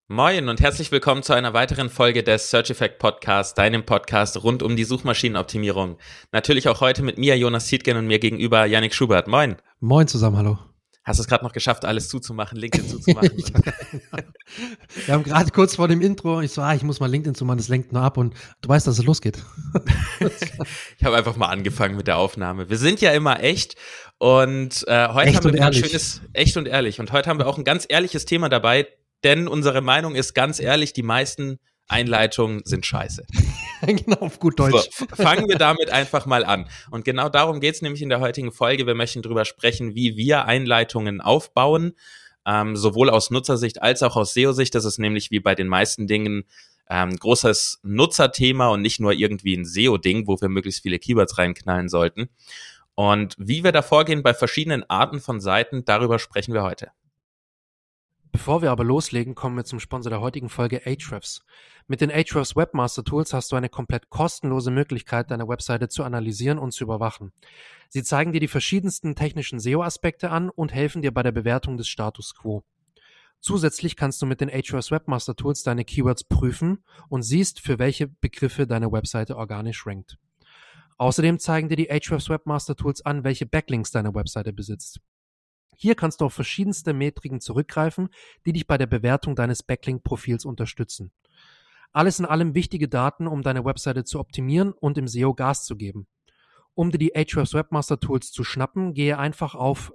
Moin und herzlich willkommen zu einer weiteren Folge des Search Effect Podcasts, deinem Podcast rund um die Suchmaschinenoptimierung. Natürlich auch heute mit mir, Jonas Tietgen, und mir gegenüber Yannick Schubert. Moin. Moin zusammen, hallo. Hast du es gerade noch geschafft, alles zuzumachen, LinkedIn zuzumachen? Wir haben gerade kurz vor dem Intro, ich muss mal LinkedIn zumachen, das lenkt nur ab und du weißt, dass es losgeht. Ich habe einfach mal angefangen mit der Aufnahme. Wir sind ja immer echt und heute haben wir ein schönes, echt und ehrlich. Und heute haben wir auch ein ganz ehrliches Thema dabei, denn unsere Meinung ist ganz ehrlich, die meisten Einleitungen sind scheiße. Genau, auf gut Deutsch. So, fangen wir damit einfach mal an. Und genau darum geht es nämlich in der heutigen Folge. Wir möchten darüber sprechen, wie wir Einleitungen aufbauen, sowohl aus Nutzersicht als auch aus SEO-Sicht. Das ist nämlich wie bei den meisten Dingen großes Nutzerthema und nicht nur irgendwie ein SEO-Ding, wo wir möglichst viele Keywords reinknallen sollten. Und wie wir da vorgehen bei verschiedenen Arten von Seiten, darüber sprechen wir heute. Bevor wir aber loslegen, kommen wir zum Sponsor der heutigen Folge, Ahrefs. Mit den Ahrefs Webmaster Tools hast du eine komplett kostenlose Möglichkeit, deine Webseite zu analysieren und zu überwachen. Sie zeigen dir die verschiedensten technischen SEO-Aspekte an und helfen dir bei der Bewertung des Status Quo. Zusätzlich kannst du mit den Ahrefs Webmaster Tools deine Keywords prüfen und siehst, für welche Begriffe deine Webseite organisch rankt. Außerdem zeigen dir die Ahrefs Webmaster Tools an, welche Backlinks deine Webseite besitzt. Hier kannst du auf verschiedenste Metriken zurückgreifen, die dich bei der Bewertung deines Backlink-Profils unterstützen. Alles in allem wichtige Daten, um deine Webseite zu optimieren und im SEO Gas zu geben. Um dir die Ahrefs Webmaster Tools zu schnappen, gehe einfach auf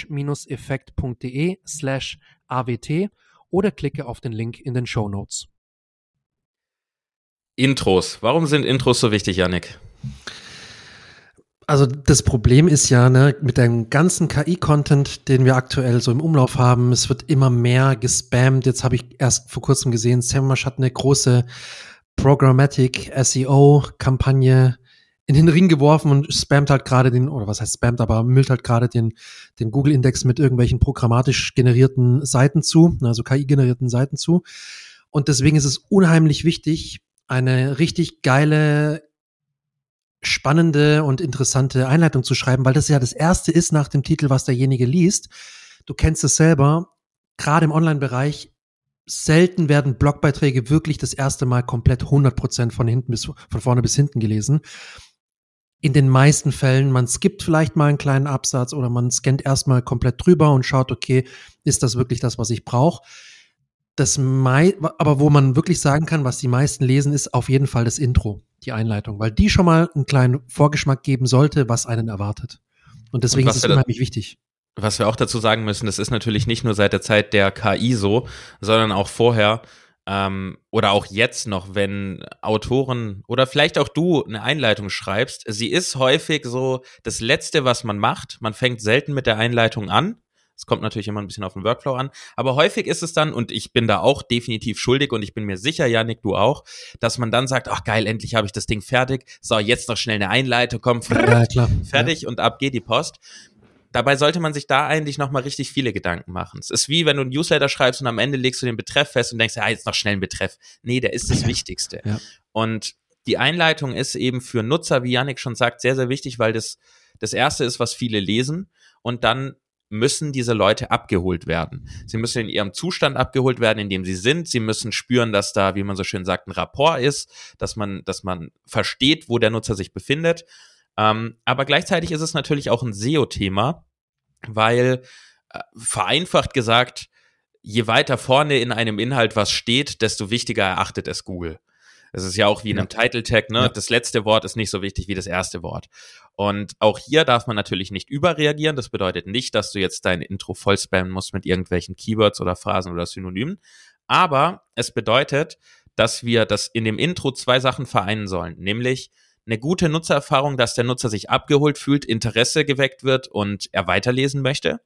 search-effekt.de/awt oder klicke auf den Link in den Shownotes. Intros. Warum sind Intros so wichtig, Yannick? Also das Problem ist ja, mit dem ganzen KI-Content, den wir aktuell so im Umlauf haben, es wird immer mehr gespammt. Jetzt habe ich erst vor kurzem gesehen, SEMrush hat eine große Programmatic SEO-Kampagne in den Ring geworfen und spammt halt gerade müllt halt gerade den Google-Index mit irgendwelchen programmatisch generierten Seiten zu, also KI-generierten Seiten zu. Und deswegen ist es unheimlich wichtig, eine richtig geile, spannende und interessante Einleitung zu schreiben, weil das ja das Erste ist nach dem Titel, was derjenige liest. Du kennst es selber, gerade im Online-Bereich, selten werden Blogbeiträge wirklich das erste Mal komplett 100% von vorne bis hinten gelesen. In den meisten Fällen, man skippt vielleicht mal einen kleinen Absatz oder man scannt erstmal komplett drüber und schaut, okay, ist das wirklich das, was ich brauche? Aber wo man wirklich sagen kann, was die meisten lesen, ist auf jeden Fall das Intro, die Einleitung, weil die schon mal einen kleinen Vorgeschmack geben sollte, was einen erwartet. Und deswegen ist es unheimlich wichtig. Was wir auch dazu sagen müssen, das ist natürlich nicht nur seit der Zeit der KI so, sondern auch vorher oder auch jetzt noch, wenn Autoren oder vielleicht auch du eine Einleitung schreibst. Sie ist häufig so das Letzte, was man macht. Man fängt selten mit der Einleitung an. Es kommt natürlich immer ein bisschen auf den Workflow an, aber häufig ist es dann, und ich bin da auch definitiv schuldig und ich bin mir sicher, Yannick, du auch, dass man dann sagt, ach geil, endlich habe ich das Ding fertig, so, jetzt noch schnell eine Einleitung, komm, ja, klar. fertig, ja. Und ab geht die Post. Dabei sollte man sich da eigentlich nochmal richtig viele Gedanken machen. Es ist wie, wenn du ein Newsletter schreibst und am Ende legst du den Betreff fest und denkst, ja, jetzt noch schnell einen Betreff. Nee, der ist das Wichtigste. Ja. Und die Einleitung ist eben für Nutzer, wie Yannick schon sagt, sehr, sehr wichtig, weil das Erste ist, was viele lesen, und dann müssen diese Leute abgeholt werden. Sie müssen in ihrem Zustand abgeholt werden, in dem sie sind. Sie müssen spüren, dass da, wie man so schön sagt, ein Rapport ist, dass man versteht, wo der Nutzer sich befindet. Aber gleichzeitig ist es natürlich auch ein SEO-Thema, weil vereinfacht gesagt, je weiter vorne in einem Inhalt was steht, desto wichtiger erachtet es Google. Es ist ja auch wie in einem Title-Tag, ne? Ja. Das letzte Wort ist nicht so wichtig wie das erste Wort. Und auch hier darf man natürlich nicht überreagieren. Das bedeutet nicht, dass du jetzt dein Intro voll spammen musst mit irgendwelchen Keywords oder Phrasen oder Synonymen. Aber es bedeutet, dass wir das in dem Intro zwei Sachen vereinen sollen. Nämlich eine gute Nutzererfahrung, dass der Nutzer sich abgeholt fühlt, Interesse geweckt wird und er weiterlesen möchte.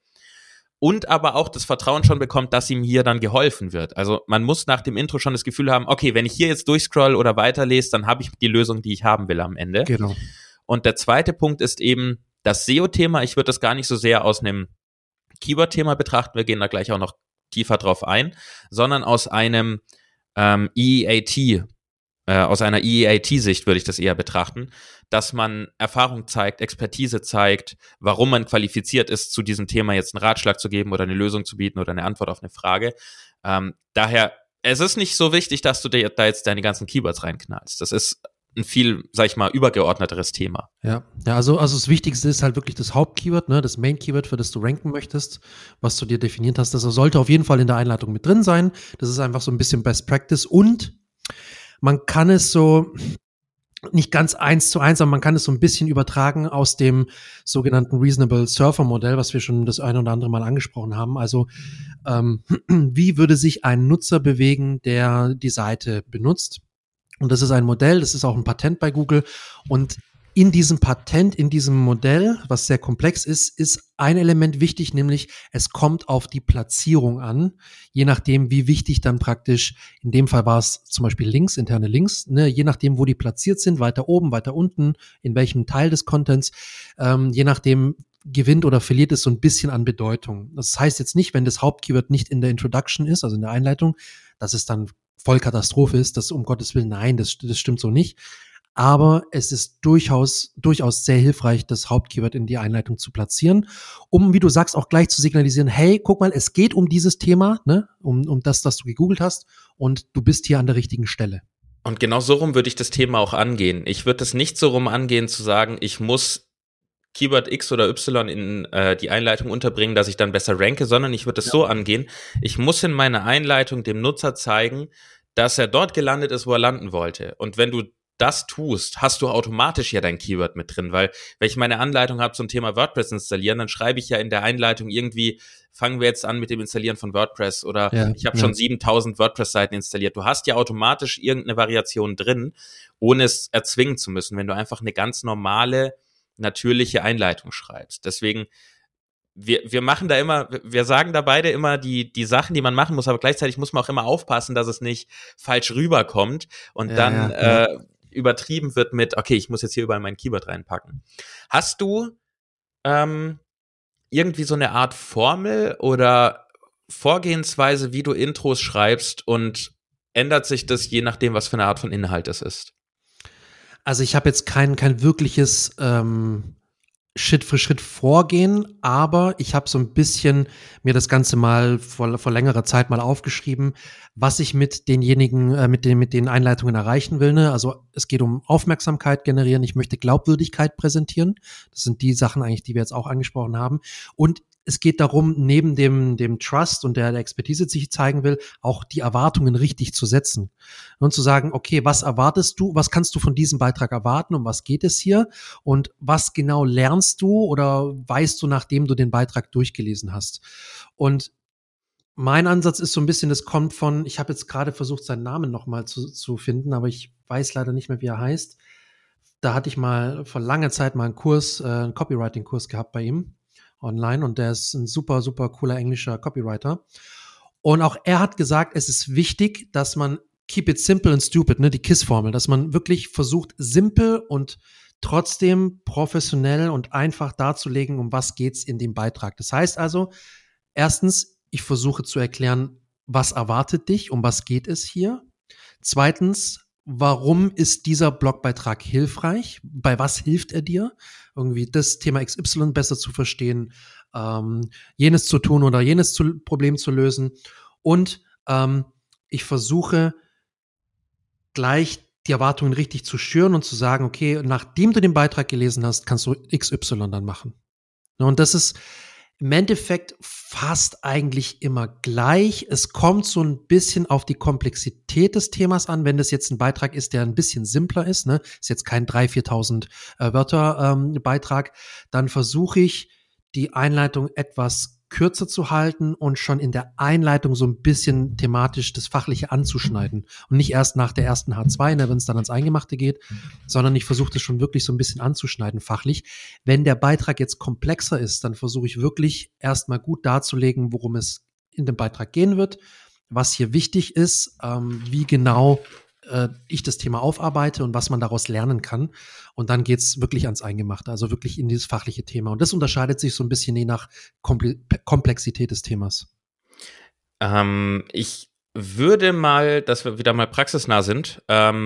Und aber auch das Vertrauen schon bekommt, dass ihm hier dann geholfen wird. Also man muss nach dem Intro schon das Gefühl haben, okay, wenn ich hier jetzt durchscroll oder weiterlese, dann habe ich die Lösung, die ich haben will am Ende. Genau. Und der zweite Punkt ist eben das SEO-Thema. Ich würde das gar nicht so sehr aus einem Keyword-Thema betrachten, wir gehen da gleich auch noch tiefer drauf ein, sondern aus einem aus einer EAT-Sicht würde ich das eher betrachten, dass man Erfahrung zeigt, Expertise zeigt, warum man qualifiziert ist, zu diesem Thema jetzt einen Ratschlag zu geben oder eine Lösung zu bieten oder eine Antwort auf eine Frage. Daher es ist nicht so wichtig, dass du dir da jetzt deine ganzen Keywords reinknallst. Das ist ein viel, sag ich mal, übergeordneteres Thema. Ja, also das Wichtigste ist halt wirklich das Hauptkeyword, ne, das Main-Keyword, für das du ranken möchtest, was du dir definiert hast. Das sollte auf jeden Fall in der Einleitung mit drin sein. Das ist einfach so ein bisschen Best Practice und man kann es so nicht ganz 1:1, aber man kann es so ein bisschen übertragen aus dem sogenannten Reasonable Surfer Modell, was wir schon das eine oder andere Mal angesprochen haben. Also wie würde sich ein Nutzer bewegen, der die Seite benutzt? Und das ist ein Modell, das ist auch ein Patent bei Google. Und in diesem Patent, in diesem Modell, was sehr komplex ist, ist ein Element wichtig, nämlich es kommt auf die Platzierung an, je nachdem, wie wichtig dann praktisch, in dem Fall war es zum Beispiel Links, interne Links, ne, je nachdem, wo die platziert sind, weiter oben, weiter unten, in welchem Teil des Contents, je nachdem, gewinnt oder verliert es so ein bisschen an Bedeutung. Das heißt jetzt nicht, wenn das Hauptkeyword nicht in der Introduction ist, also in der Einleitung, dass es dann voll Katastrophe ist, das um Gottes Willen, nein, das stimmt so nicht. Aber es ist durchaus sehr hilfreich, das Hauptkeyword in die Einleitung zu platzieren, um, wie du sagst, auch gleich zu signalisieren, hey, guck mal, es geht um dieses Thema, ne, um das du gegoogelt hast und du bist hier an der richtigen Stelle. Und genau so rum würde ich das Thema auch angehen. Ich würde es nicht so rum angehen, zu sagen, ich muss Keyword X oder Y in die Einleitung unterbringen, dass ich dann besser ranke, sondern ich würde es so angehen, ich muss in meiner Einleitung dem Nutzer zeigen, dass er dort gelandet ist, wo er landen wollte. Und wenn du das tust, hast du automatisch ja dein Keyword mit drin, weil wenn ich meine Anleitung habe zum Thema WordPress installieren, dann schreibe ich ja in der Einleitung irgendwie, fangen wir jetzt an mit dem Installieren von WordPress oder ich habe schon 7000 WordPress-Seiten installiert. Du hast ja automatisch irgendeine Variation drin, ohne es erzwingen zu müssen, wenn du einfach eine ganz normale, natürliche Einleitung schreibst. Deswegen, wir machen da immer, wir sagen da beide immer die Sachen, die man machen muss, aber gleichzeitig muss man auch immer aufpassen, dass es nicht falsch rüberkommt und übertrieben wird mit, okay, ich muss jetzt hier überall mein Keyword reinpacken. Hast du irgendwie so eine Art Formel oder Vorgehensweise, wie du Intros schreibst und ändert sich das je nachdem, was für eine Art von Inhalt es ist? Also ich habe jetzt kein wirkliches Schritt für Schritt vorgehen, aber ich habe so ein bisschen mir das Ganze mal vor längerer Zeit mal aufgeschrieben, was ich mit denjenigen, mit den Einleitungen erreichen will. Ne? Also es geht um Aufmerksamkeit generieren, ich möchte Glaubwürdigkeit präsentieren. Das sind die Sachen eigentlich, die wir jetzt auch angesprochen haben. Und es geht darum, neben dem Trust und der Expertise, die ich zeigen will, auch die Erwartungen richtig zu setzen. Und zu sagen, okay, was erwartest du, was kannst du von diesem Beitrag erwarten, um was geht es hier? Und was genau lernst du oder weißt du, nachdem du den Beitrag durchgelesen hast? Und mein Ansatz ist so ein bisschen, das kommt von, ich habe jetzt gerade versucht, seinen Namen nochmal zu finden, aber ich weiß leider nicht mehr, wie er heißt. Da hatte ich mal vor langer Zeit mal einen Kurs, einen Copywriting-Kurs gehabt bei ihm online und der ist ein super, super cooler englischer Copywriter. Und auch er hat gesagt, es ist wichtig, dass man keep it simple and stupid, ne, die KISS-Formel, dass man wirklich versucht, simpel und trotzdem professionell und einfach darzulegen, um was geht's in dem Beitrag. Das heißt also, erstens, ich versuche zu erklären, was erwartet dich, um was geht es hier. Zweitens, warum ist dieser Blogbeitrag hilfreich? Bei was hilft er dir? Irgendwie das Thema XY besser zu verstehen, jenes zu tun oder jenes Problem zu lösen. Und ich versuche gleich die Erwartungen richtig zu schüren und zu sagen, okay, nachdem du den Beitrag gelesen hast, kannst du XY dann machen. Und das ist im Endeffekt fast eigentlich immer gleich. Es kommt so ein bisschen auf die Komplexität des Themas an. Wenn das jetzt ein Beitrag ist, der ein bisschen simpler ist, ne, ist jetzt kein 3.000, 4.000 Wörter Beitrag, dann versuche ich, die Einleitung etwas kürzer zu halten und schon in der Einleitung so ein bisschen thematisch das Fachliche anzuschneiden. Und nicht erst nach der ersten H2, ne, wenn es dann ans Eingemachte geht, sondern ich versuche das schon wirklich so ein bisschen anzuschneiden fachlich. Wenn der Beitrag jetzt komplexer ist, dann versuche ich wirklich erstmal gut darzulegen, worum es in dem Beitrag gehen wird, was hier wichtig ist, wie genau ich das Thema aufarbeite und was man daraus lernen kann. Und dann geht's wirklich ans Eingemachte, also wirklich in dieses fachliche Thema. Und das unterscheidet sich so ein bisschen je nach Komplexität des Themas. Ich würde mal, dass wir wieder mal praxisnah sind,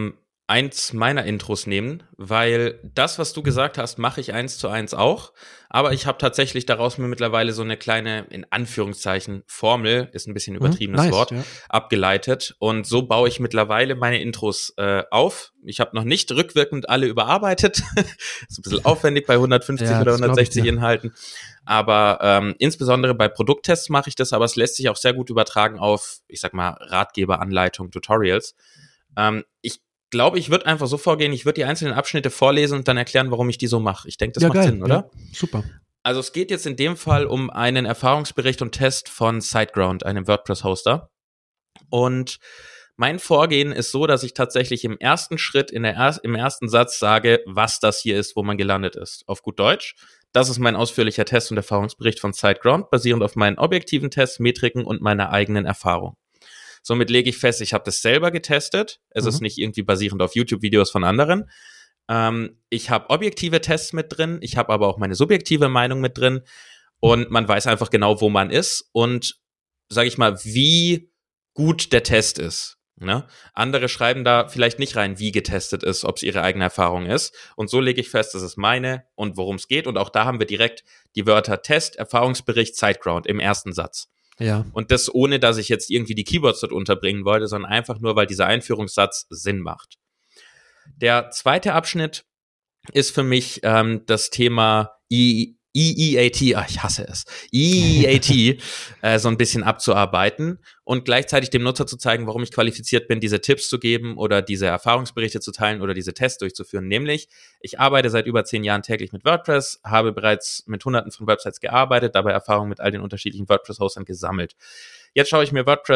eins meiner Intros nehmen, weil das, was du gesagt hast, mache ich 1:1 auch. Aber ich habe tatsächlich daraus mir mittlerweile so eine kleine, in Anführungszeichen, Formel, ist ein bisschen übertriebenes Wort, abgeleitet. Und so baue ich mittlerweile meine Intros auf. Ich habe noch nicht rückwirkend alle überarbeitet. Ist ein bisschen aufwendig bei 150 oder 160 Inhalten. Aber insbesondere bei Produkttests mache ich das, aber es lässt sich auch sehr gut übertragen auf, ich sag mal, Ratgeber, Anleitung, Tutorials. Ich glaube, ich würde einfach so vorgehen, ich würde die einzelnen Abschnitte vorlesen und dann erklären, warum ich die so mache. Ich denke, das macht Sinn, oder? Ja, super. Also es geht jetzt in dem Fall um einen Erfahrungsbericht und Test von SiteGround, einem WordPress-Hoster. Und mein Vorgehen ist so, dass ich tatsächlich im ersten Schritt, im ersten Satz sage, was das hier ist, wo man gelandet ist. Auf gut Deutsch. Das ist mein ausführlicher Test und Erfahrungsbericht von SiteGround, basierend auf meinen objektiven Tests, Metriken und meiner eigenen Erfahrung. Somit lege ich fest, ich habe das selber getestet. Es ist nicht irgendwie basierend auf YouTube-Videos von anderen. Ich habe objektive Tests mit drin. Ich habe aber auch meine subjektive Meinung mit drin. Und man weiß einfach genau, wo man ist und, sage ich mal, wie gut der Test ist. Ne? Andere schreiben da vielleicht nicht rein, wie getestet ist, ob es ihre eigene Erfahrung ist. Und so lege ich fest, das ist meine und worum es geht. Und auch da haben wir direkt die Wörter Test, Erfahrungsbericht, SiteGround im ersten Satz. Ja. Und das ohne, dass ich jetzt irgendwie die Keywords dort unterbringen wollte, sondern einfach nur, weil dieser Einführungssatz Sinn macht. Der zweite Abschnitt ist für mich das Thema EEAT, ich hasse es, EEAT so ein bisschen abzuarbeiten und gleichzeitig dem Nutzer zu zeigen, warum ich qualifiziert bin, diese Tipps zu geben oder diese Erfahrungsberichte zu teilen oder diese Tests durchzuführen. Nämlich, ich arbeite seit über 10 Jahren täglich mit WordPress, habe bereits mit Hunderten von Websites gearbeitet, dabei Erfahrungen mit all den unterschiedlichen WordPress-Hostern gesammelt. Jetzt schaue ich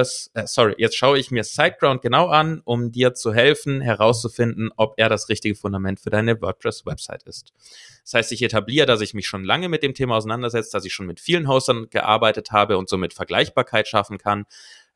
mir SiteGround genau an, um dir zu helfen, herauszufinden, ob er das richtige Fundament für deine WordPress-Website ist. Das heißt, ich etabliere, dass ich mich schon lange mit dem Thema auseinandersetze, dass ich schon mit vielen Hostern gearbeitet habe und somit Vergleichbarkeit schaffen kann.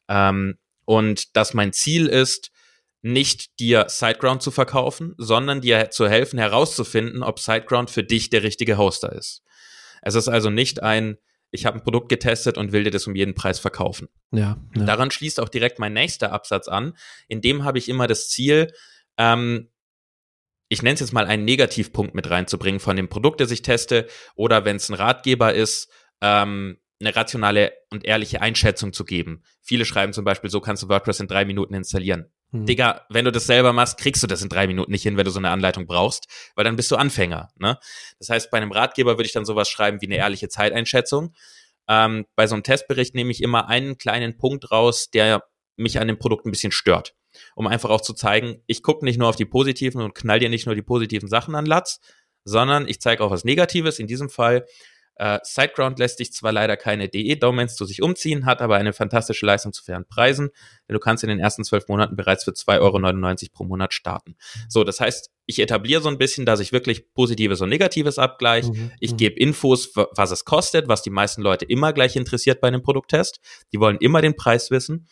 Und dass mein Ziel ist, nicht dir SiteGround zu verkaufen, sondern dir zu helfen, herauszufinden, ob SiteGround für dich der richtige Hoster ist. Es ist also nicht ich habe ein Produkt getestet und will dir das um jeden Preis verkaufen. Ja. Daran schließt auch direkt mein nächster Absatz an. In dem habe ich immer das Ziel, ich nenne es jetzt mal einen Negativpunkt mit reinzubringen von dem Produkt, das ich teste, oder wenn es ein Ratgeber ist, eine rationale und ehrliche Einschätzung zu geben. Viele schreiben zum Beispiel, so kannst du WordPress in 3 Minuten installieren. Digga, wenn du das selber machst, kriegst du das in 3 Minuten nicht hin, wenn du so eine Anleitung brauchst, weil dann bist du Anfänger. Ne? Das heißt, bei einem Ratgeber würde ich dann sowas schreiben wie eine ehrliche Zeiteinschätzung. Bei so einem Testbericht nehme ich immer einen kleinen Punkt raus, der mich an dem Produkt ein bisschen stört. Um einfach auch zu zeigen, ich gucke nicht nur auf die positiven und knall dir nicht nur die positiven Sachen an Latz, sondern ich zeige auch was Negatives. In diesem Fall, SiteGround lässt dich zwar leider keine DE-Domains zu sich umziehen, hat aber eine fantastische Leistung zu fairen Preisen, denn du kannst in den ersten 12 Monaten bereits für 2,99 € pro Monat starten. So, das heißt, ich etabliere so ein bisschen, dass ich wirklich Positives und Negatives abgleiche. Ich gebe Infos, was es kostet, was die meisten Leute immer gleich interessiert bei einem Produkttest. Die wollen immer den Preis wissen.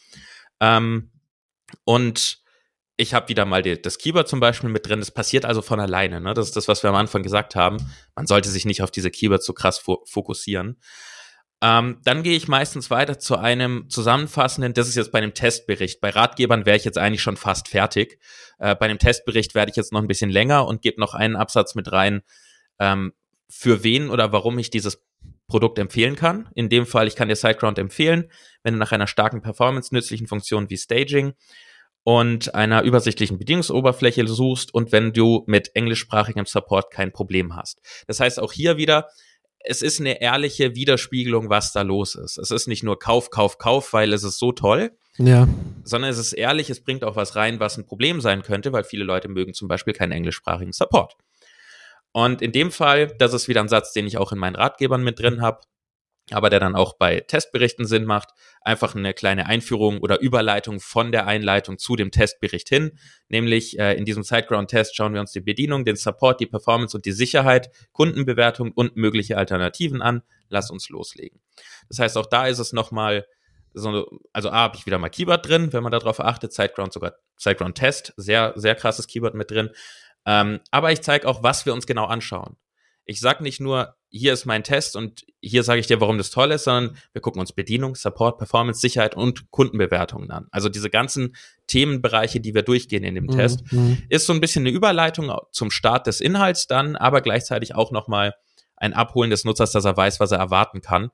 Und ich habe wieder mal das Keyword zum Beispiel mit drin. Das passiert also von alleine. Ne? Das ist das, was wir am Anfang gesagt haben. Man sollte sich nicht auf diese Keywords so krass fokussieren. Dann gehe ich meistens weiter zu einem zusammenfassenden, das ist jetzt bei einem Testbericht. Bei Ratgebern wäre ich jetzt eigentlich schon fast fertig. Bei einem Testbericht werde ich jetzt noch ein bisschen länger und gebe noch einen Absatz mit rein, für wen oder warum ich dieses Produkt empfehlen kann. In dem Fall, ich kann dir SiteGround empfehlen, wenn du nach einer starken Performance nützlichen Funktion wie Staging und einer übersichtlichen Bedienungsoberfläche suchst und wenn du mit englischsprachigem Support kein Problem hast. Das heißt auch hier wieder, es ist eine ehrliche Widerspiegelung, was da los ist. Es ist nicht nur Kauf, weil es ist so toll, sondern es ist ehrlich, es bringt auch was rein, was ein Problem sein könnte, weil viele Leute mögen zum Beispiel keinen englischsprachigen Support. Und in dem Fall, das ist wieder ein Satz, den ich auch in meinen Ratgebern mit drin habe, aber der dann auch bei Testberichten Sinn macht, einfach eine kleine Einführung oder Überleitung von der Einleitung zu dem Testbericht hin, nämlich in diesem SiteGround-Test schauen wir uns die Bedienung, den Support, die Performance und die Sicherheit, Kundenbewertung und mögliche Alternativen an. Lass uns loslegen. Das heißt, auch da ist es nochmal so, also habe ich wieder mal Keyword drin, wenn man darauf achtet, SiteGround-Test, sehr, sehr krasses Keyword mit drin, aber ich zeige auch, was wir uns genau anschauen. Ich sage nicht nur, hier ist mein Test und hier sage ich dir, warum das toll ist, sondern wir gucken uns Bedienung, Support, Performance, Sicherheit und Kundenbewertungen an. Also diese ganzen Themenbereiche, die wir durchgehen in dem Test, ist so ein bisschen eine Überleitung zum Start des Inhalts dann, aber gleichzeitig auch nochmal ein Abholen des Nutzers, dass er weiß, was er erwarten kann.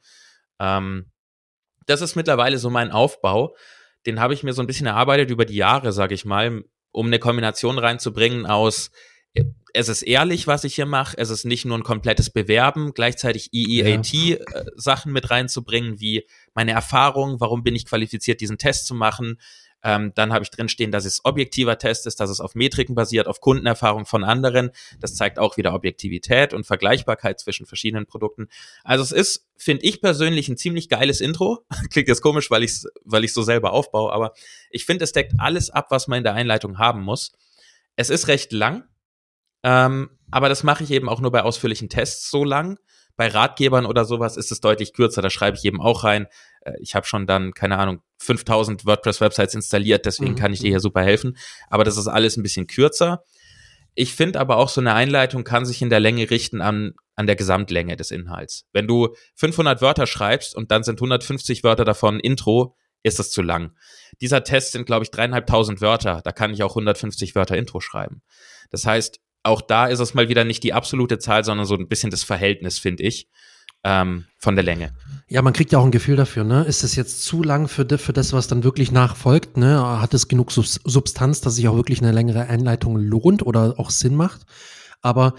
Das ist mittlerweile so mein Aufbau. Den habe ich mir so ein bisschen erarbeitet über die Jahre, sage ich mal, um eine Kombination reinzubringen aus es ist ehrlich, was ich hier mache, es ist nicht nur ein komplettes Bewerben, gleichzeitig EEAT-Sachen mit reinzubringen, wie meine Erfahrung, warum bin ich qualifiziert, diesen Test zu machen. Dann habe ich drinstehen, dass es objektiver Test ist, dass es auf Metriken basiert, auf Kundenerfahrung von anderen. Das zeigt auch wieder Objektivität und Vergleichbarkeit zwischen verschiedenen Produkten. Also es ist, finde ich persönlich, ein ziemlich geiles Intro. Klingt jetzt komisch, weil ich so selber aufbaue, aber ich finde, es deckt alles ab, was man in der Einleitung haben muss. Es ist recht lang. Aber das mache ich eben auch nur bei ausführlichen Tests so lang. Bei Ratgebern oder sowas ist es deutlich kürzer. Da schreibe ich eben auch rein. Ich habe schon dann, keine Ahnung, 5000 WordPress-Websites installiert, deswegen kann ich dir hier super helfen. Aber das ist alles ein bisschen kürzer. Ich finde aber auch, so eine Einleitung kann sich in der Länge richten an der Gesamtlänge des Inhalts. Wenn du 500 Wörter schreibst und dann sind 150 Wörter davon Intro, ist das zu lang. Dieser Test sind, glaube ich, 3.500 Wörter. Da kann ich auch 150 Wörter Intro schreiben. Das heißt, auch da ist es mal wieder nicht die absolute Zahl, sondern so ein bisschen das Verhältnis, finde ich, von der Länge. Ja, man kriegt ja auch ein Gefühl dafür, ne? Ist es jetzt zu lang für das, was dann wirklich nachfolgt, ne? Hat es genug Substanz, dass sich auch wirklich eine längere Einleitung lohnt oder auch Sinn macht? Aber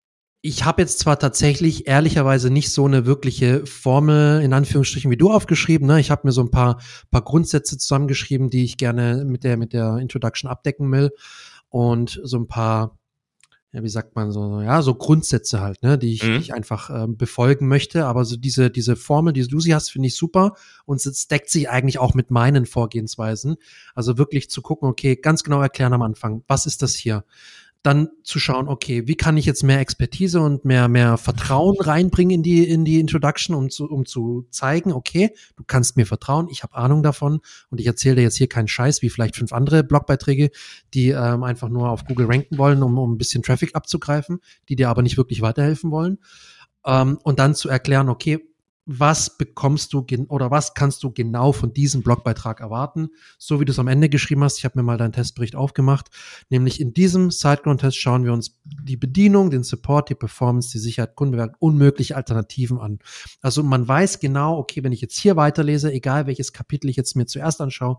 ich habe jetzt zwar tatsächlich ehrlicherweise nicht so eine wirkliche Formel in Anführungsstrichen wie du aufgeschrieben, ne? Ich habe mir so ein paar Grundsätze zusammengeschrieben, die ich gerne mit der Introduction abdecken will und so ein paar, ja, wie sagt man so Grundsätze halt, ne, die ich einfach befolgen möchte. Aber so diese Formel, die du sie hast, finde ich super. Und es deckt sich eigentlich auch mit meinen Vorgehensweisen. Also wirklich zu gucken, okay, ganz genau erklären am Anfang, was ist das hier? Dann zu schauen, okay, wie kann ich jetzt mehr Expertise und mehr Vertrauen reinbringen in die Introduction, um zu zeigen, okay, du kannst mir vertrauen, ich habe Ahnung davon und ich erzähle dir jetzt hier keinen Scheiß, wie vielleicht 5 andere Blogbeiträge, die einfach nur auf Google ranken wollen, um ein bisschen Traffic abzugreifen, die dir aber nicht wirklich weiterhelfen wollen. Und dann zu erklären, okay, was bekommst du oder was kannst du genau von diesem Blogbeitrag erwarten, so wie du es am Ende geschrieben hast. Ich habe mir mal deinen Testbericht aufgemacht, nämlich in diesem SiteGround-Test schauen wir uns die Bedienung, den Support, die Performance, die Sicherheit, Kundenbewertung und mögliche Alternativen an. Also man weiß genau, okay, wenn ich jetzt hier weiterlese, egal welches Kapitel ich jetzt mir zuerst anschaue,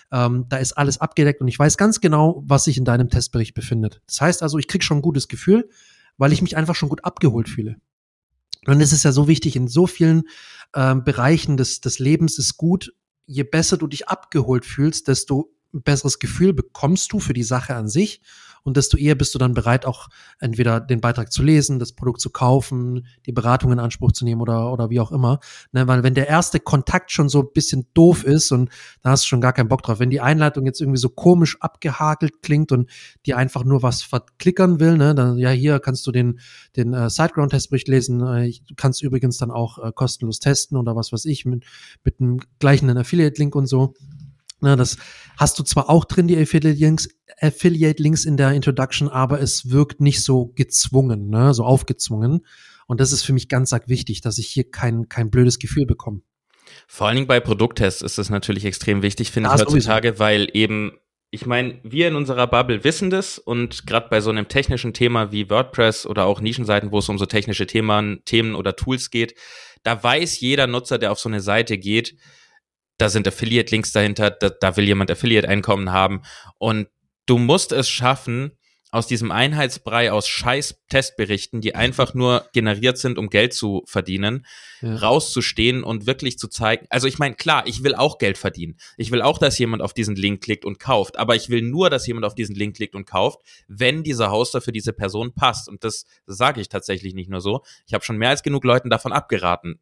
da ist alles abgedeckt und ich weiß ganz genau, was sich in deinem Testbericht befindet. Das heißt also, ich kriege schon ein gutes Gefühl, weil ich mich einfach schon gut abgeholt fühle. Und es ist ja so wichtig, in so vielen Bereichen des Lebens ist gut, je besser du dich abgeholt fühlst, desto ein besseres Gefühl bekommst du für die Sache an sich und desto eher bist du dann bereit, auch entweder den Beitrag zu lesen, das Produkt zu kaufen, die Beratung in Anspruch zu nehmen oder wie auch immer. Ne, weil wenn der erste Kontakt schon so ein bisschen doof ist und da hast du schon gar keinen Bock drauf, wenn die Einleitung jetzt irgendwie so komisch abgehakelt klingt und dir einfach nur was verklickern will, ne, dann ja, hier kannst du den SiteGround-Testbericht lesen. Du kannst übrigens dann auch kostenlos testen oder was weiß ich mit einem gleichen Affiliate-Link und so. Na, das hast du zwar auch drin, die Affiliate-Links in der Introduction, aber es wirkt nicht so gezwungen, ne, so aufgezwungen. Und das ist für mich ganz arg wichtig, dass ich hier kein blödes Gefühl bekomme. Vor allen Dingen bei Produkttests ist das natürlich extrem wichtig, finde ich heutzutage, weil eben, ich meine, wir in unserer Bubble wissen das und gerade bei so einem technischen Thema wie WordPress oder auch Nischenseiten, wo es um so technische Themen oder Tools geht, da weiß jeder Nutzer, der auf so eine Seite geht, da sind Affiliate-Links dahinter, da will jemand Affiliate-Einkommen haben und du musst es schaffen, aus diesem Einheitsbrei aus Scheiß-Testberichten, die einfach nur generiert sind, um Geld zu verdienen, rauszustehen und wirklich zu zeigen, also ich meine, klar, ich will auch Geld verdienen. Ich will auch, dass jemand auf diesen Link klickt und kauft, aber ich will nur, dass jemand auf diesen Link klickt und kauft, wenn dieser Hoster für diese Person passt. Und das sage ich tatsächlich nicht nur so. Ich habe schon mehr als genug Leuten davon abgeraten,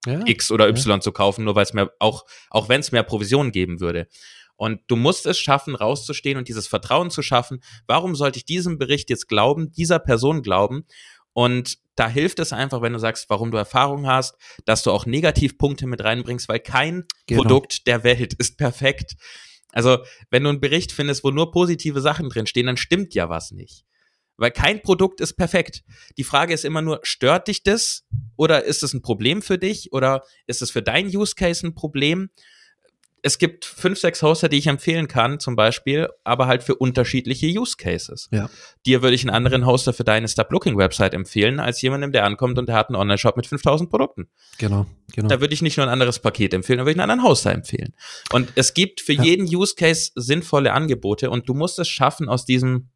X oder Y zu kaufen, nur weil es mir auch wenn es mehr Provision geben würde. Und du musst es schaffen, rauszustehen und dieses Vertrauen zu schaffen. Warum sollte ich diesem Bericht jetzt glauben, dieser Person glauben? Und da hilft es einfach, wenn du sagst, warum du Erfahrung hast, dass du auch Negativpunkte mit reinbringst, weil kein Produkt der Welt ist perfekt. Also, wenn du einen Bericht findest, wo nur positive Sachen drin stehen, dann stimmt ja was nicht. Weil kein Produkt ist perfekt. Die Frage ist immer nur, stört dich das? Oder ist es ein Problem für dich? Oder ist es für deinen Use Case ein Problem? Es gibt 5, 6 Hoster, die ich empfehlen kann, zum Beispiel, aber halt für unterschiedliche Use Cases. Ja. Dir würde ich einen anderen Hoster für deine Stop-Looking-Website empfehlen, als jemandem, der ankommt und der hat einen Online-Shop mit 5000 Produkten. Genau. Da würde ich nicht nur ein anderes Paket empfehlen, da würde ich einen anderen Hoster empfehlen. Und es gibt für jeden Use Case sinnvolle Angebote und du musst es schaffen, aus diesem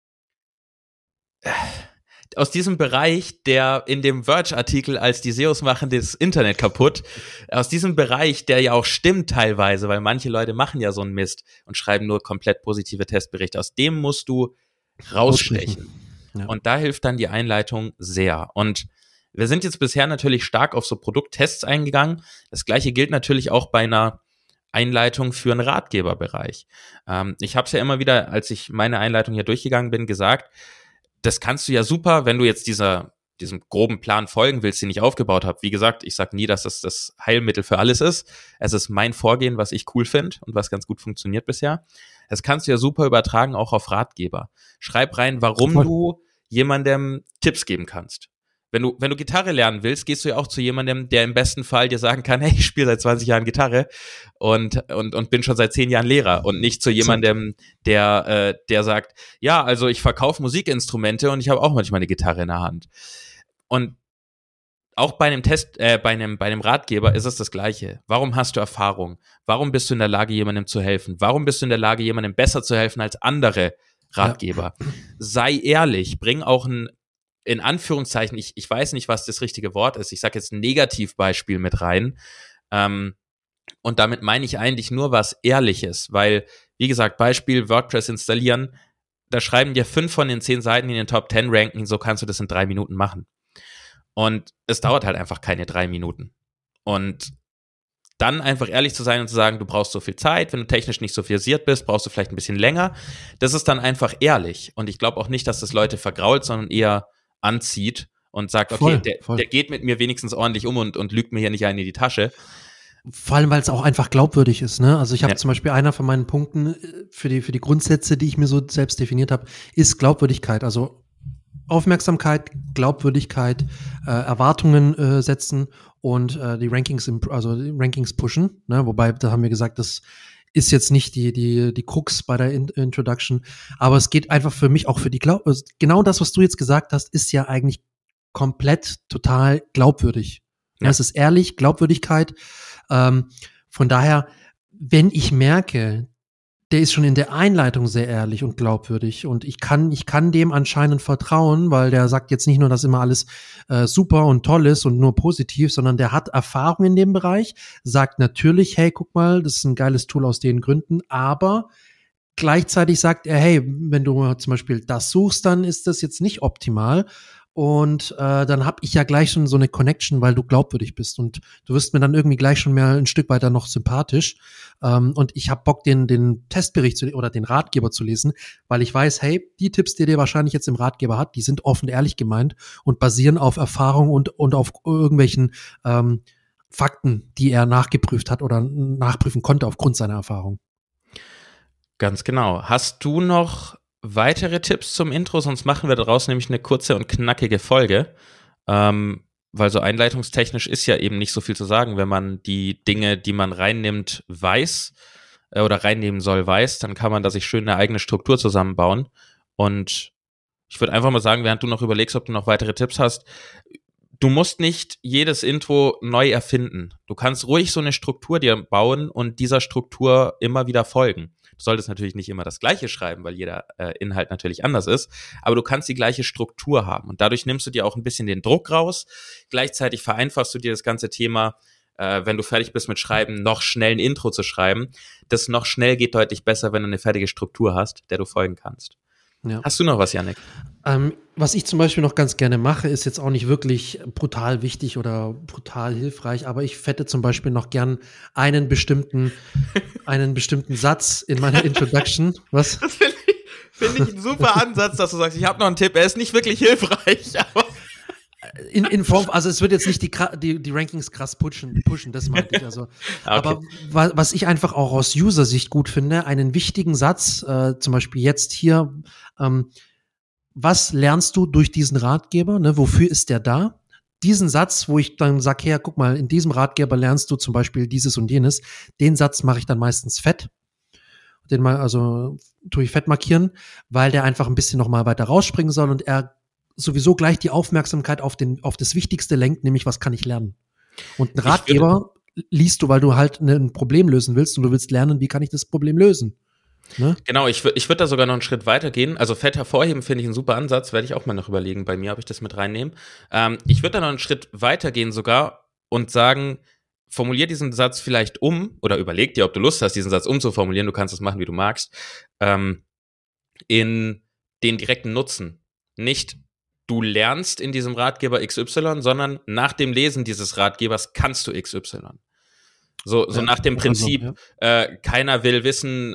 Bereich, der in dem Verge-Artikel als die SEOs machen das Internet kaputt, aus diesem Bereich, der ja auch stimmt teilweise, weil manche Leute machen ja so einen Mist und schreiben nur komplett positive Testberichte, aus dem musst du rausstechen. Ja. Und da hilft dann die Einleitung sehr. Und wir sind jetzt bisher natürlich stark auf so Produkttests eingegangen. Das Gleiche gilt natürlich auch bei einer Einleitung für einen Ratgeberbereich. Ich habe es ja immer wieder, als ich meine Einleitung hier durchgegangen bin, gesagt, das kannst du ja super, wenn du jetzt diesem groben Plan folgen willst, den ich aufgebaut habe. Wie gesagt, ich sage nie, dass das Heilmittel für alles ist. Es ist mein Vorgehen, was ich cool finde und was ganz gut funktioniert bisher. Das kannst du ja super übertragen, auch auf Ratgeber. Schreib rein, warum du jemandem Tipps geben kannst. Wenn du Gitarre lernen willst, gehst du ja auch zu jemandem, der im besten Fall dir sagen kann, hey, ich spiele seit 20 Jahren Gitarre und bin schon seit 10 Jahren Lehrer und nicht zu jemandem, der sagt, ja, also ich verkaufe Musikinstrumente und ich habe auch manchmal eine Gitarre in der Hand. Und auch bei einem bei einem Ratgeber ist es das Gleiche. Warum hast du Erfahrung? Warum bist du in der Lage, jemandem zu helfen? Warum bist du in der Lage, jemandem besser zu helfen als andere Ratgeber? Ja. Sei ehrlich, bring auch in Anführungszeichen, ich weiß nicht, was das richtige Wort ist, ich sage jetzt ein Negativbeispiel mit rein, und damit meine ich eigentlich nur was Ehrliches, weil, wie gesagt, Beispiel WordPress installieren, da schreiben dir 5 von den 10 Seiten in den Top 10 ranken, so kannst du das in 3 Minuten machen. Und es dauert halt einfach keine 3 Minuten. Und dann einfach ehrlich zu sein und zu sagen, du brauchst so viel Zeit, wenn du technisch nicht so versiert bist, brauchst du vielleicht ein bisschen länger. Das ist dann einfach ehrlich. Und ich glaube auch nicht, dass das Leute vergrault, sondern eher anzieht und sagt, okay, der geht mit mir wenigstens ordentlich um und lügt mir hier nicht einen in die Tasche. Vor allem, weil es auch einfach glaubwürdig ist, ne? Also ich habe zum Beispiel einer von meinen Punkten für die Grundsätze, die ich mir so selbst definiert habe, ist Glaubwürdigkeit. Also Aufmerksamkeit, Glaubwürdigkeit, Erwartungen setzen und die Rankings pushen, ne? Wobei, da haben wir gesagt, das ist jetzt nicht die Krux bei der Introduction, aber es geht einfach für mich auch für genau das, was du jetzt gesagt hast, ist ja eigentlich komplett total glaubwürdig. Ja. Es ist ehrlich, Glaubwürdigkeit. Von daher, wenn ich merke, der ist schon in der Einleitung sehr ehrlich und glaubwürdig und ich kann dem anscheinend vertrauen, weil der sagt jetzt nicht nur, dass immer alles super und toll ist und nur positiv, sondern der hat Erfahrung in dem Bereich, sagt natürlich, hey, guck mal, das ist ein geiles Tool aus den Gründen, aber gleichzeitig sagt er, hey, wenn du zum Beispiel das suchst, dann ist das jetzt nicht optimal. Und dann habe ich ja gleich schon so eine Connection, weil du glaubwürdig bist und du wirst mir dann irgendwie gleich schon mehr ein Stück weiter noch sympathisch. Und ich habe Bock, den Testbericht oder den Ratgeber zu lesen, weil ich weiß, hey, die Tipps, die der wahrscheinlich jetzt im Ratgeber hat, die sind offen ehrlich gemeint und basieren auf Erfahrung und auf irgendwelchen Fakten, die er nachgeprüft hat oder nachprüfen konnte aufgrund seiner Erfahrung. Ganz genau. Hast du noch weitere Tipps zum Intro, sonst machen wir daraus nämlich eine kurze und knackige Folge, weil so einleitungstechnisch ist ja eben nicht so viel zu sagen. Wenn man die Dinge, die man reinnimmt, weiß oder reinnehmen soll, weiß, dann kann man da sich schön eine eigene Struktur zusammenbauen. Und ich würde einfach mal sagen, während du noch überlegst, ob du noch weitere Tipps hast, du musst nicht jedes Intro neu erfinden. Du kannst ruhig so eine Struktur dir bauen und dieser Struktur immer wieder folgen. Du solltest natürlich nicht immer das Gleiche schreiben, weil jeder Inhalt natürlich anders ist, aber du kannst die gleiche Struktur haben und dadurch nimmst du dir auch ein bisschen den Druck raus. Gleichzeitig vereinfachst du dir das ganze Thema, wenn du fertig bist mit Schreiben, noch schnell ein Intro zu schreiben. Das noch schnell geht deutlich besser, wenn du eine fertige Struktur hast, der du folgen kannst. Ja. Hast du noch was, Yannick? Was ich zum Beispiel noch ganz gerne mache, ist jetzt auch nicht wirklich brutal wichtig oder brutal hilfreich, aber ich fette zum Beispiel noch gern einen bestimmten Satz in meiner Introduction. Was? Das finde ich ein super Ansatz, dass du sagst, ich habe noch einen Tipp, er ist nicht wirklich hilfreich, aber in Form, also es wird jetzt nicht die Rankings krass pushen, das meinte ich. Also, okay. Aber was ich einfach auch aus User-Sicht gut finde, einen wichtigen Satz, zum Beispiel jetzt hier, was lernst du durch diesen Ratgeber, ne? Wofür ist der da? Diesen Satz, wo ich dann sage, ja, guck mal, in diesem Ratgeber lernst du zum Beispiel dieses und jenes, den Satz mache ich dann meistens fett. Den mal, also tue ich fett markieren, weil der einfach ein bisschen nochmal weiter rausspringen soll und er sowieso gleich die Aufmerksamkeit auf das Wichtigste lenkt, nämlich was kann ich lernen. Und ein Ratgeber liest du, weil du halt ein Problem lösen willst und du willst lernen, wie kann ich das Problem lösen. Ne? Genau, ich würde da sogar noch einen Schritt weiter gehen. Also fett hervorheben finde ich einen super Ansatz, werde ich auch mal noch überlegen bei mir, ob ich das mit reinnehme. Ich würde da noch einen Schritt weiter gehen sogar und sagen, formulier diesen Satz vielleicht um oder überleg dir, ob du Lust hast, diesen Satz umzuformulieren, du kannst es machen, wie du magst, in den direkten Nutzen. Nicht du lernst in diesem Ratgeber XY, sondern nach dem Lesen dieses Ratgebers kannst du XY. So nach dem Prinzip, keiner will wissen,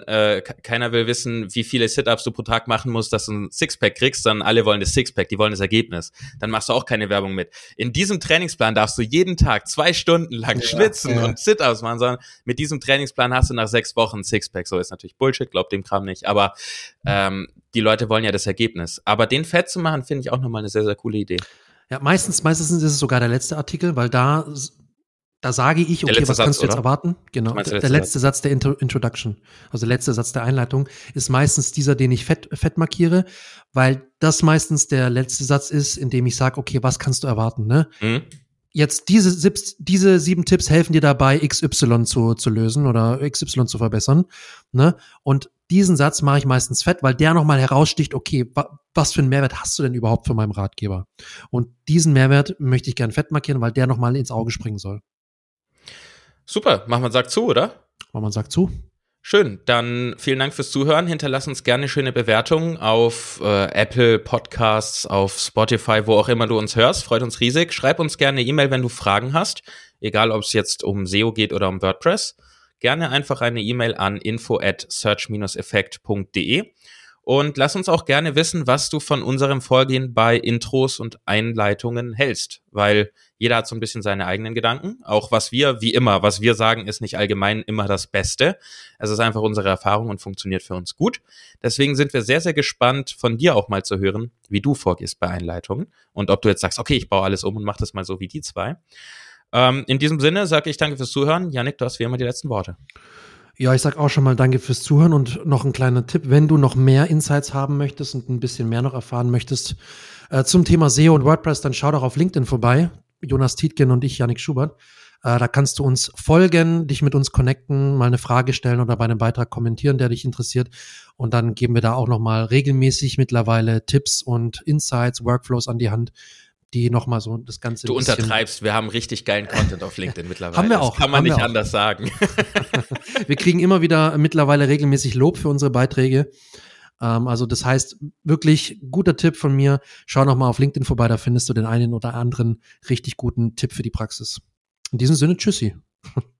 wie viele Sit-Ups du pro Tag machen musst, dass du ein Sixpack kriegst, sondern alle wollen das Sixpack, die wollen das Ergebnis. Dann machst du auch keine Werbung mit. In diesem Trainingsplan darfst du jeden Tag 2 Stunden lang schwitzen und Sit-Ups machen, sondern mit diesem Trainingsplan hast du nach 6 Wochen ein Sixpack. So ist natürlich Bullshit, glaub dem Kram nicht, aber die Leute wollen ja das Ergebnis. Aber den fett zu machen, finde ich auch nochmal eine sehr, sehr coole Idee. Ja, meistens ist es sogar der letzte Artikel, weil da sage ich, okay, was kannst du jetzt erwarten? Genau, der letzte Satz der Introduction, also der letzte Satz der Einleitung, ist meistens dieser, den ich fett markiere, weil das meistens der letzte Satz ist, in dem ich sage, okay, was kannst du erwarten, ne? Mhm. Jetzt diese 7 Tipps helfen dir dabei, XY zu lösen oder XY zu verbessern, ne? Und diesen Satz mache ich meistens fett, weil der nochmal heraussticht, okay, was für einen Mehrwert hast du denn überhaupt von meinem Ratgeber? Und diesen Mehrwert möchte ich gern fett markieren, weil der nochmal ins Auge springen soll. Super, machen wir einen Sack zu, oder? Machen wir einen Sack zu. Schön, dann vielen Dank fürs Zuhören. Hinterlass uns gerne schöne Bewertungen auf Apple Podcasts, auf Spotify, wo auch immer du uns hörst. Freut uns riesig. Schreib uns gerne eine E-Mail, wenn du Fragen hast. Egal, ob es jetzt um SEO geht oder um WordPress. Gerne einfach eine E-Mail an info@search-effekt.de. Und lass uns auch gerne wissen, was du von unserem Vorgehen bei Intros und Einleitungen hältst, weil jeder hat so ein bisschen seine eigenen Gedanken. Auch was wir sagen, ist nicht allgemein immer das Beste. Es ist einfach unsere Erfahrung und funktioniert für uns gut. Deswegen sind wir sehr, sehr gespannt, von dir auch mal zu hören, wie du vorgehst bei Einleitungen und ob du jetzt sagst, okay, ich baue alles um und mach das mal so wie die zwei. In diesem Sinne sage ich danke fürs Zuhören. Yannick, du hast wie immer die letzten Worte. Ja, ich sag auch schon mal danke fürs Zuhören und noch ein kleiner Tipp, wenn du noch mehr Insights haben möchtest und ein bisschen mehr noch erfahren möchtest zum Thema SEO und WordPress, dann schau doch auf LinkedIn vorbei. Jonas Tietgen und ich, Yannick Schubert. Da kannst du uns folgen, dich mit uns connecten, mal eine Frage stellen oder bei einem Beitrag kommentieren, der dich interessiert. Und dann geben wir da auch noch mal regelmäßig mittlerweile Tipps und Insights, Workflows an die Hand, die nochmal so das Ganze. Du untertreibst, wir haben richtig geilen Content auf LinkedIn mittlerweile. Haben wir auch. Das kann man nicht anders sagen. Wir kriegen immer wieder mittlerweile regelmäßig Lob für unsere Beiträge. Also das heißt, wirklich guter Tipp von mir. Schau nochmal auf LinkedIn vorbei, da findest du den einen oder anderen richtig guten Tipp für die Praxis. In diesem Sinne, tschüssi.